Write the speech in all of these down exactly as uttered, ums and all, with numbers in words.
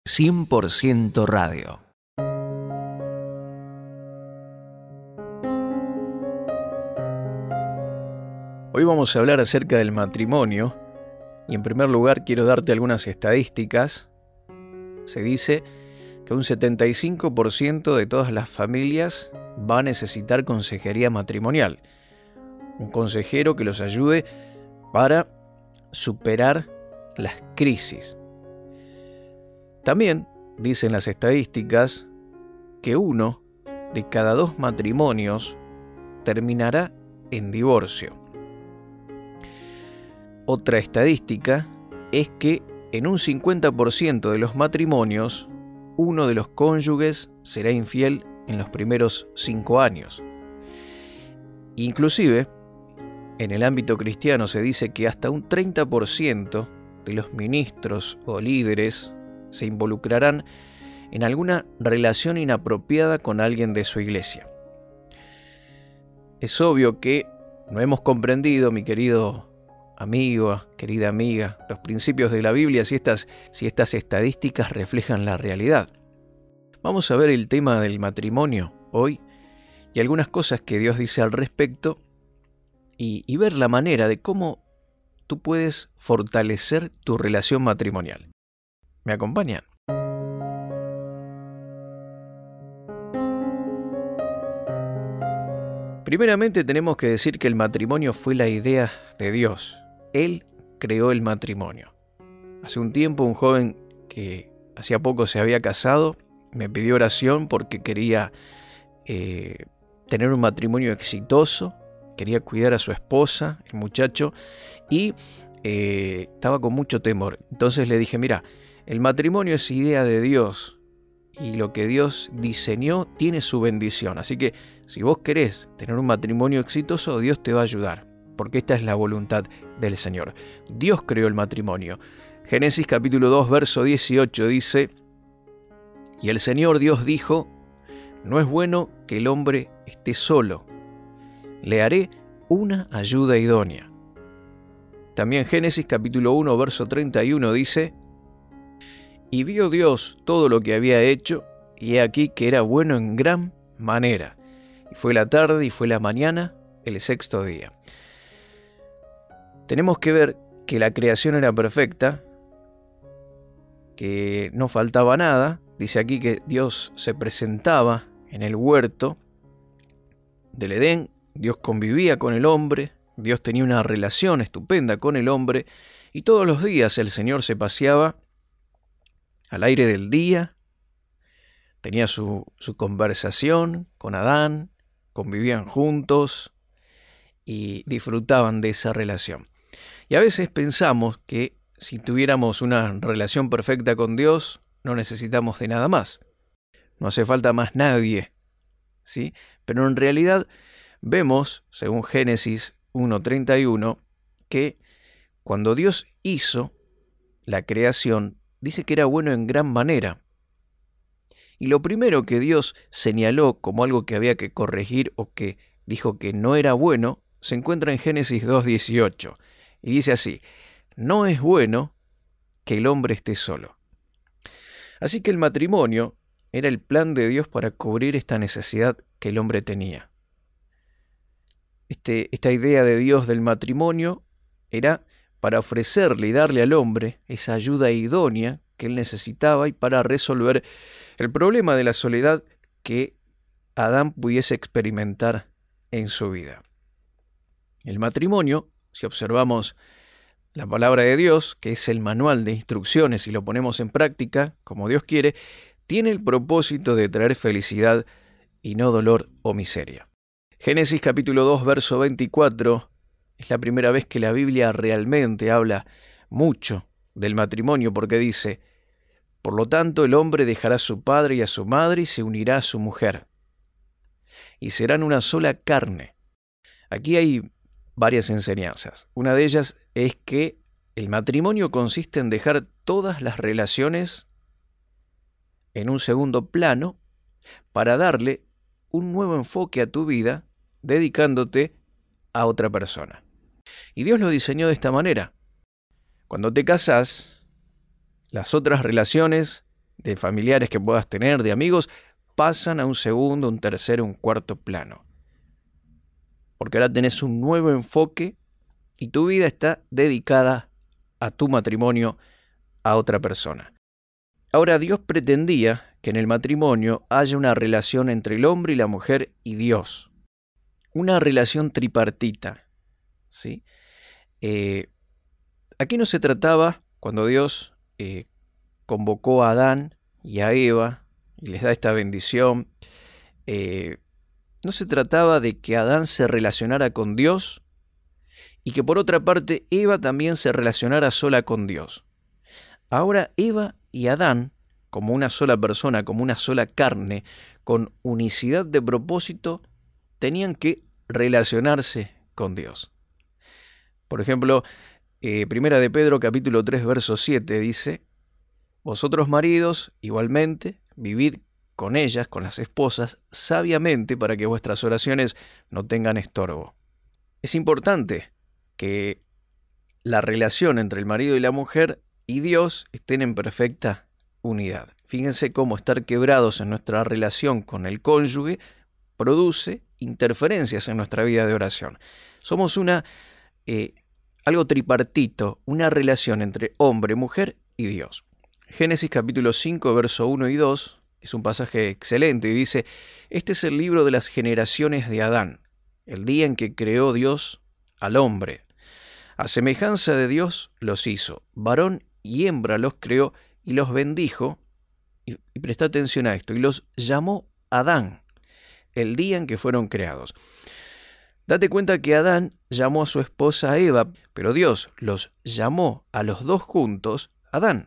cien por ciento Radio. Hoy vamos a hablar acerca del matrimonio y en primer lugar quiero darte algunas estadísticas. Se dice que un setenta y cinco por ciento de todas las familias va a necesitar consejería matrimonial. Un consejero que los ayude para superar las crisis. También dicen las estadísticas que uno de cada dos matrimonios terminará en divorcio. Otra estadística es que en un cincuenta por ciento de los matrimonios, uno de los cónyuges será infiel en los primeros cinco años. Inclusive, en el ámbito cristiano se dice que hasta un treinta por ciento de los ministros o líderes se involucrarán en alguna relación inapropiada con alguien de su iglesia. Es obvio que no hemos comprendido, mi querido amigo, querida amiga, los principios de la Biblia si estas, si estas estadísticas reflejan la realidad. Vamos a ver el tema del matrimonio hoy y algunas cosas que Dios dice al respecto y, y ver la manera de cómo tú puedes fortalecer tu relación matrimonial. ¿Me acompañan? Primeramente tenemos que decir que el matrimonio fue la idea de Dios. Él creó el matrimonio. Hace un tiempo un joven que hacía poco se había casado me pidió oración porque quería eh, tener un matrimonio exitoso, quería cuidar a su esposa, el muchacho, y eh, estaba con mucho temor. Entonces le dije, mira, el matrimonio es idea de Dios y lo que Dios diseñó tiene su bendición. Así que si vos querés tener un matrimonio exitoso, Dios te va a ayudar, porque esta es la voluntad del Señor. Dios creó el matrimonio. Génesis capítulo dos, verso dieciocho dice, y el Señor Dios dijo, no es bueno que el hombre esté solo, le haré una ayuda idónea. También Génesis capítulo uno, verso treinta y uno dice, y vio Dios todo lo que había hecho, y he aquí que era bueno en gran manera. Y fue la tarde y fue la mañana, el sexto día. Tenemos que ver que la creación era perfecta, que no faltaba nada. Dice aquí que Dios se presentaba en el huerto del Edén, Dios convivía con el hombre, Dios tenía una relación estupenda con el hombre, y todos los días el Señor se paseaba al aire del día, tenía su, su conversación con Adán, convivían juntos y disfrutaban de esa relación. Y a veces pensamos que si tuviéramos una relación perfecta con Dios, no necesitamos de nada más. No hace falta más nadie, ¿sí? Pero en realidad vemos, según Génesis uno treinta y uno, que cuando Dios hizo la creación, dice que era bueno en gran manera. Y lo primero que Dios señaló como algo que había que corregir o que dijo que no era bueno, se encuentra en Génesis dos dieciocho. Y dice así, no es bueno que el hombre esté solo. Así que el matrimonio era el plan de Dios para cubrir esta necesidad que el hombre tenía. Este, esta idea de Dios del matrimonio era para ofrecerle y darle al hombre esa ayuda idónea que él necesitaba y para resolver el problema de la soledad que Adán pudiese experimentar en su vida. El matrimonio, si observamos la palabra de Dios, que es el manual de instrucciones y lo ponemos en práctica, como Dios quiere, tiene el propósito de traer felicidad y no dolor o miseria. Génesis capítulo dos, verso veinticuatro, es la primera vez que la Biblia realmente habla mucho del matrimonio porque dice, por lo tanto el hombre dejará a su padre y a su madre y se unirá a su mujer, y serán una sola carne. Aquí hay varias enseñanzas. Una de ellas es que el matrimonio consiste en dejar todas las relaciones en un segundo plano para darle un nuevo enfoque a tu vida dedicándote a otra persona. Y Dios lo diseñó de esta manera. Cuando te casás, las otras relaciones de familiares que puedas tener, de amigos, pasan a un segundo, un tercero, un cuarto plano. Porque ahora tenés un nuevo enfoque y tu vida está dedicada a tu matrimonio, a otra persona. Ahora, Dios pretendía que en el matrimonio haya una relación entre el hombre y la mujer y Dios. Una relación tripartita, ¿sí? Eh, aquí no se trataba, cuando Dios eh, convocó a Adán y a Eva y les da esta bendición, eh, no se trataba de que Adán se relacionara con Dios y que por otra parte Eva también se relacionara sola con Dios. Ahora Eva y Adán, como una sola persona, como una sola carne, con unicidad de propósito, tenían que relacionarse con Dios. Por ejemplo, eh, Primera de Pedro capítulo tres, verso siete dice: vosotros maridos, igualmente, vivid con ellas, con las esposas, sabiamente para que vuestras oraciones no tengan estorbo. Es importante que la relación entre el marido y la mujer y Dios estén en perfecta unidad. Fíjense cómo estar quebrados en nuestra relación con el cónyuge produce interferencias en nuestra vida de oración. Somos una eh, algo tripartito, una relación entre hombre, mujer y Dios. Génesis capítulo cinco, verso uno y dos, es un pasaje excelente y dice: este es el libro de las generaciones de Adán, el día en que creó Dios al hombre. A semejanza de Dios los hizo, varón y hembra los creó y los bendijo, y, y presta atención a esto, y los llamó Adán, el día en que fueron creados. Date cuenta que Adán llamó a su esposa Eva, pero Dios los llamó a los dos juntos Adán.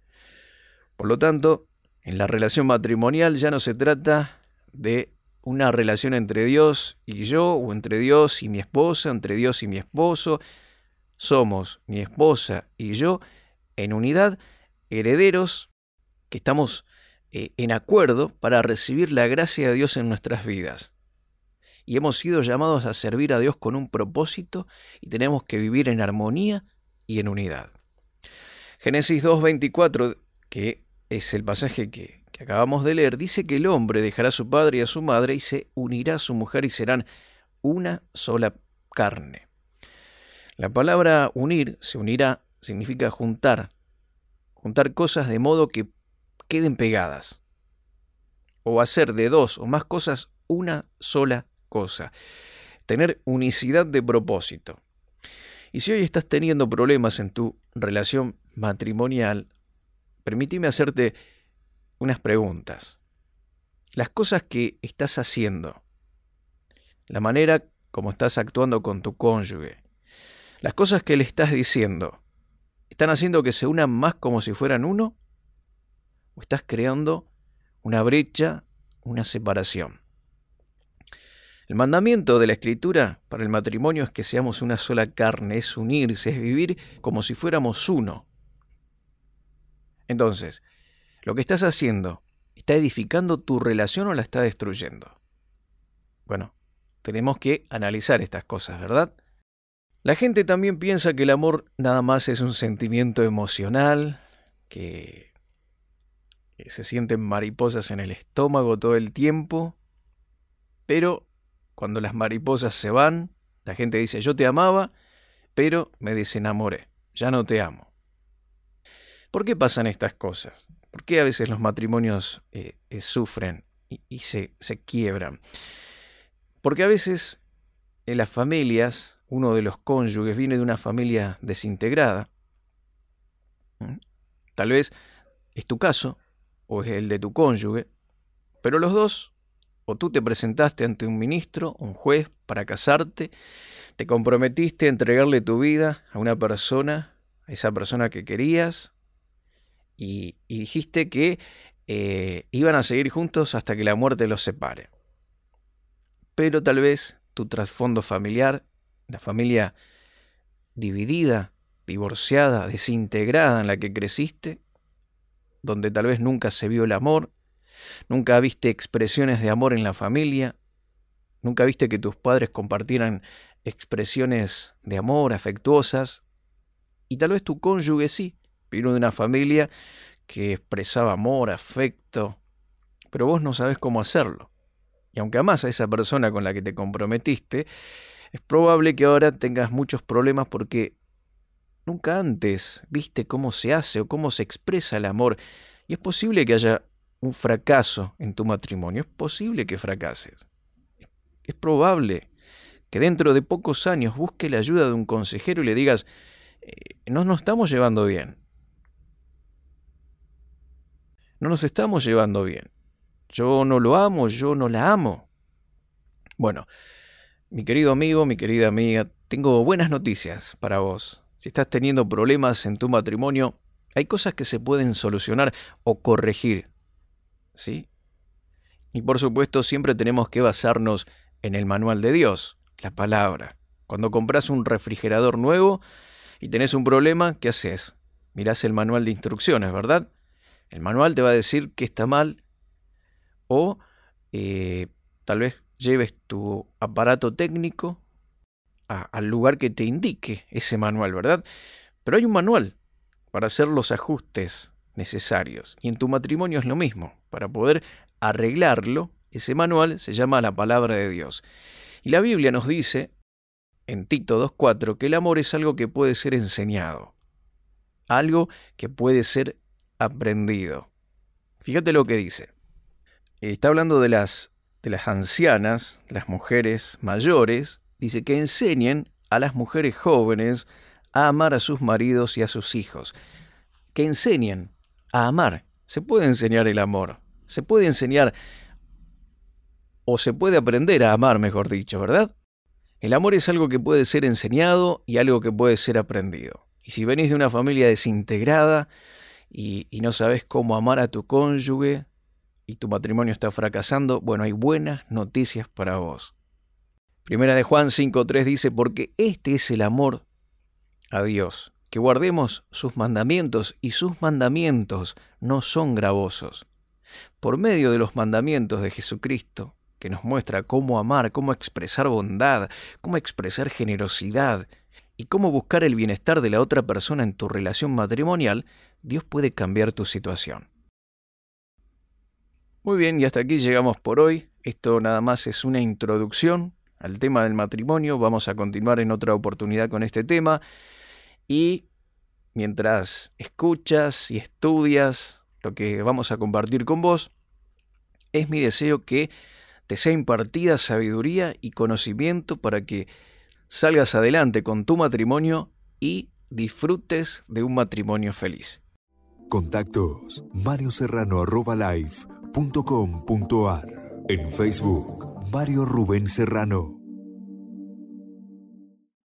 Por lo tanto, en la relación matrimonial ya no se trata de una relación entre Dios y yo, o entre Dios y mi esposa, entre Dios y mi esposo. Somos mi esposa y yo en unidad, herederos que estamos eh, en acuerdo para recibir la gracia de Dios en nuestras vidas. Y hemos sido llamados a servir a Dios con un propósito y tenemos que vivir en armonía y en unidad. Génesis dos, veinticuatro, que es el pasaje que, que acabamos de leer, dice que el hombre dejará a su padre y a su madre y se unirá a su mujer y serán una sola carne. La palabra unir, se unirá, significa juntar, juntar cosas de modo que queden pegadas, o hacer de dos o más cosas una sola cosa, tener unicidad de propósito. Y si hoy estás teniendo problemas en tu relación matrimonial, permíteme hacerte unas preguntas. Las cosas que estás haciendo, la manera como estás actuando con tu cónyuge, las cosas que le estás diciendo, ¿están haciendo que se unan más como si fueran uno? ¿O estás creando una brecha, una separación? El mandamiento de la Escritura para el matrimonio es que seamos una sola carne, es unirse, es vivir como si fuéramos uno. Entonces, lo que estás haciendo, ¿está edificando tu relación o la está destruyendo? Bueno, tenemos que analizar estas cosas, ¿verdad? La gente también piensa que el amor nada más es un sentimiento emocional, que se sienten mariposas en el estómago todo el tiempo, pero cuando las mariposas se van, la gente dice: yo te amaba, pero me desenamoré, ya no te amo. ¿Por qué pasan estas cosas? ¿Por qué a veces los matrimonios eh, eh, sufren y, y se, se quiebran? Porque a veces en las familias, uno de los cónyuges viene de una familia desintegrada. Tal vez es tu caso o es el de tu cónyuge, pero los dos, o tú te presentaste ante un ministro, un juez, para casarte, te comprometiste a entregarle tu vida a una persona, a esa persona que querías, y, y dijiste que eh, iban a seguir juntos hasta que la muerte los separe. Pero tal vez tu trasfondo familiar, la familia dividida, divorciada, desintegrada en la que creciste, donde tal vez nunca se vio el amor, nunca viste expresiones de amor en la familia, nunca viste que tus padres compartieran expresiones de amor afectuosas, y tal vez tu cónyuge sí, vino de una familia que expresaba amor, afecto, pero vos no sabés cómo hacerlo. Y aunque amás a esa persona con la que te comprometiste, es probable que ahora tengas muchos problemas porque nunca antes viste cómo se hace o cómo se expresa el amor. Y es posible que haya un fracaso en tu matrimonio. Es posible que fracases. Es probable que dentro de pocos años busques la ayuda de un consejero y le digas, eh, no nos estamos llevando bien. No nos estamos llevando bien. Yo no lo amo, yo no la amo. Bueno, mi querido amigo, mi querida amiga, tengo buenas noticias para vos. Si estás teniendo problemas en tu matrimonio, hay cosas que se pueden solucionar o corregir, ¿sí? Y por supuesto siempre tenemos que basarnos en el manual de Dios, la palabra. Cuando compras un refrigerador nuevo y tenés un problema, ¿qué haces? Mirás el manual de instrucciones, ¿verdad? El manual te va a decir que está mal o eh, tal vez lleves tu aparato técnico a, al lugar que te indique ese manual, ¿verdad? Pero hay un manual para hacer los ajustes necesarios. Y en tu matrimonio es lo mismo. Para poder arreglarlo, ese manual se llama la palabra de Dios. Y la Biblia nos dice, en Tito dos cuatro, que el amor es algo que puede ser enseñado. Algo que puede ser aprendido. Fíjate lo que dice. Está hablando de las, de las ancianas, las mujeres mayores. Dice que enseñen a las mujeres jóvenes a amar a sus maridos y a sus hijos. Que enseñen a amar. Se puede enseñar el amor. Se puede enseñar o se puede aprender a amar, mejor dicho, ¿verdad? El amor es algo que puede ser enseñado y algo que puede ser aprendido. Y si venís de una familia desintegrada y, y no sabes cómo amar a tu cónyuge y tu matrimonio está fracasando, bueno, hay buenas noticias para vos. Primera de Juan cinco tres dice, porque este es el amor a Dios, que guardemos sus mandamientos, y sus mandamientos no son gravosos. Por medio de los mandamientos de Jesucristo, que nos muestra cómo amar, cómo expresar bondad, cómo expresar generosidad y cómo buscar el bienestar de la otra persona en tu relación matrimonial, Dios puede cambiar tu situación. Muy bien, y hasta aquí llegamos por hoy. Esto nada más es una introducción al tema del matrimonio. Vamos a continuar en otra oportunidad con este tema. Y mientras escuchas y estudias lo que vamos a compartir con vos, es mi deseo que te sea impartida sabiduría y conocimiento para que salgas adelante con tu matrimonio y disfrutes de un matrimonio feliz. Contactos mario serrano arroba live punto com punto ar. En Facebook, Mario Rubén Serrano.